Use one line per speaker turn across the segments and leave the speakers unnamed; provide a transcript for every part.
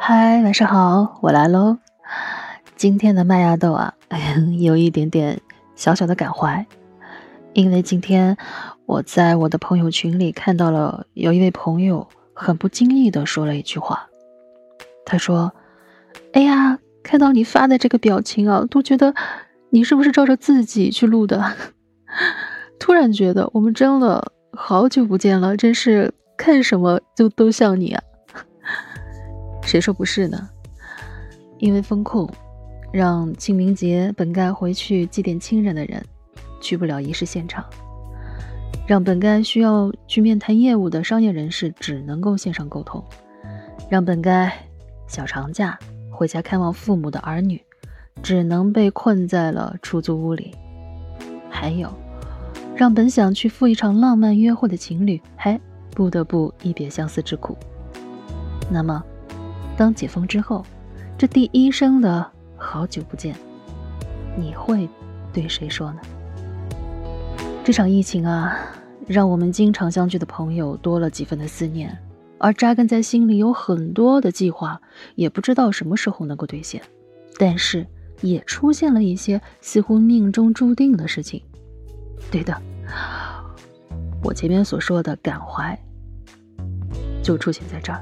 嗨，晚上好，我来喽。今天的麦芽豆啊，有一点点小小的感怀，因为今天我在我的朋友群里看到了有一位朋友很不经意的说了一句话，他说：“哎呀，看到你发的这个表情啊，都觉得你是不是照着自己去录的？”突然觉得我们真的好久不见了，真是看什么就都像你啊。谁说不是呢？因为风控，让清明节本该回去祭奠亲人的人，去不了仪式现场，让本该需要去面谈业务的商业人士只能够线上沟通，让本该小长假回家看望父母的儿女，只能被困在了出租屋里，还有让本想去赴一场浪漫约会的情侣，还不得不一别相思之苦。那么当解封之后，这第一声的好久不见，你会对谁说呢？这场疫情啊，让我们经常相聚的朋友多了几分的思念，而扎根在心里有很多的计划，也不知道什么时候能够兑现，但是也出现了一些似乎命中注定的事情。对的，我前面所说的感怀就出现在这儿。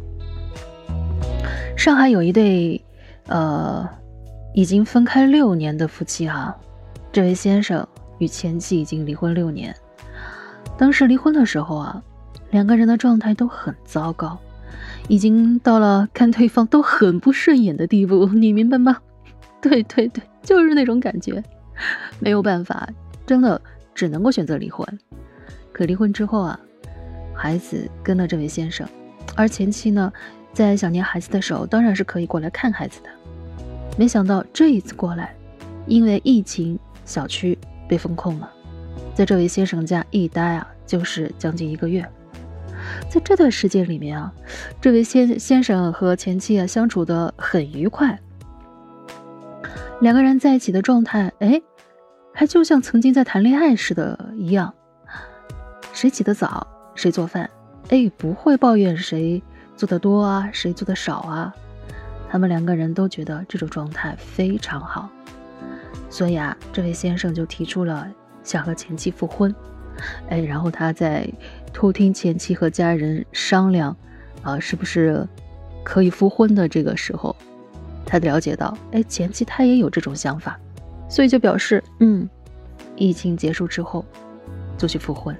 上海有一对已经分开6年的夫妻哈，这位先生与前妻已经离婚6年。当时离婚的时候啊，两个人的状态都很糟糕，已经到了看对方都很不顺眼的地步，你明白吗？对，就是那种感觉。没有办法，真的只能够选择离婚。可离婚之后啊，孩子跟了这位先生，而前妻呢，在想念孩子的时候，当然是可以过来看孩子的。没想到这一次过来，因为疫情，小区被封控了，在这位先生家一待啊，就是将近1个月。在这段时间里面啊，这位先生和前妻啊相处得很愉快，两个人在一起的状态，还就像曾经在谈恋爱似的一样，谁起得早，谁做饭，不会抱怨谁做得多啊，谁做得少啊，他们两个人都觉得这种状态非常好，所以啊，这位先生就提出了想和前妻复婚，然后他在偷听前妻和家人商量是不是可以复婚的这个时候，他了解到前妻他也有这种想法，所以就表示疫情结束之后就去复婚。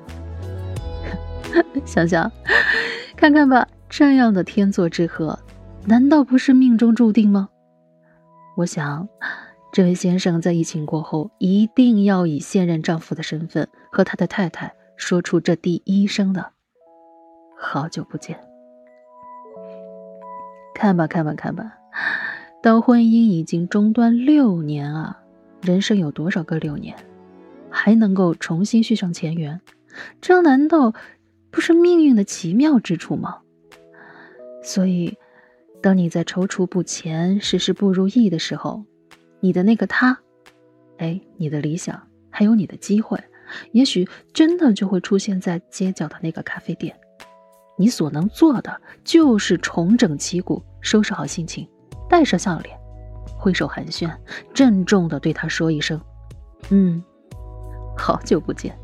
想想看看吧，这样的天作之合，难道不是命中注定吗？我想这位先生在疫情过后一定要以现任丈夫的身份和他的太太说出这第一声的好久不见。看吧，当婚姻已经中断6年啊，人生有多少个6年还能够重新续上前缘，这难道不是命运的奇妙之处吗？所以当你在踌躇不前，事事不如意的时候，你的那个他，你的理想还有你的机会，也许真的就会出现在街角的那个咖啡店。你所能做的就是重整旗鼓，收拾好心情，带上笑脸，挥手寒暄，郑重地对他说一声好久不见。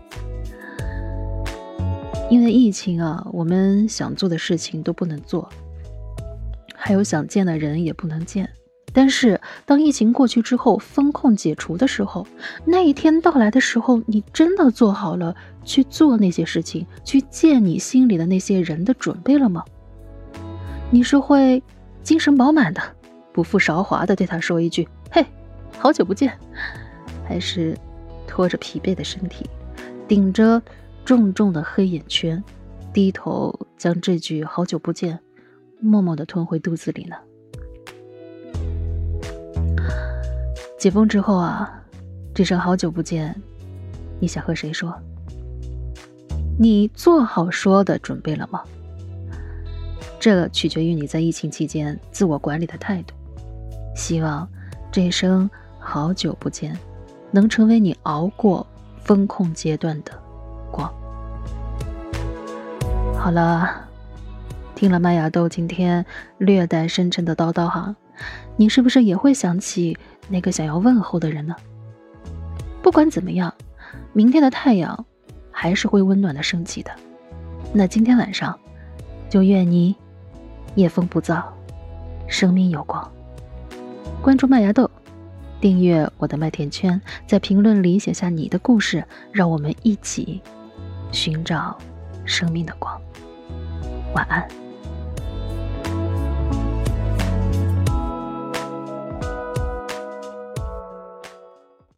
因为疫情啊，我们想做的事情都不能做，还有想见的人也不能见。但是当疫情过去之后，封控解除的时候，那一天到来的时候，你真的做好了去做那些事情，去见你心里的那些人的准备了吗？你是会精神饱满的，不负韶华的对他说一句嘿，好久不见，还是拖着疲惫的身体，顶着重重的黑眼圈，低头将这句好久不见默默地吞回肚子里呢？解封之后啊，这声好久不见，你想和谁说？你做好说的准备了吗？这取决于你在疫情期间自我管理的态度。希望这声好久不见能成为你熬过风控阶段的光。好了， 听了麦芽豆今天略带深沉的叨叨哈，你是不是也会想起那个想要问候的人呢？不管怎么样，明天的太阳还是会温暖的升起的。那今天晚上，就愿你夜风不燥，生命有光。关注麦芽豆，订阅我的麦田圈，在评论里写下你的故事，让我们一起寻找生命的光。晚安。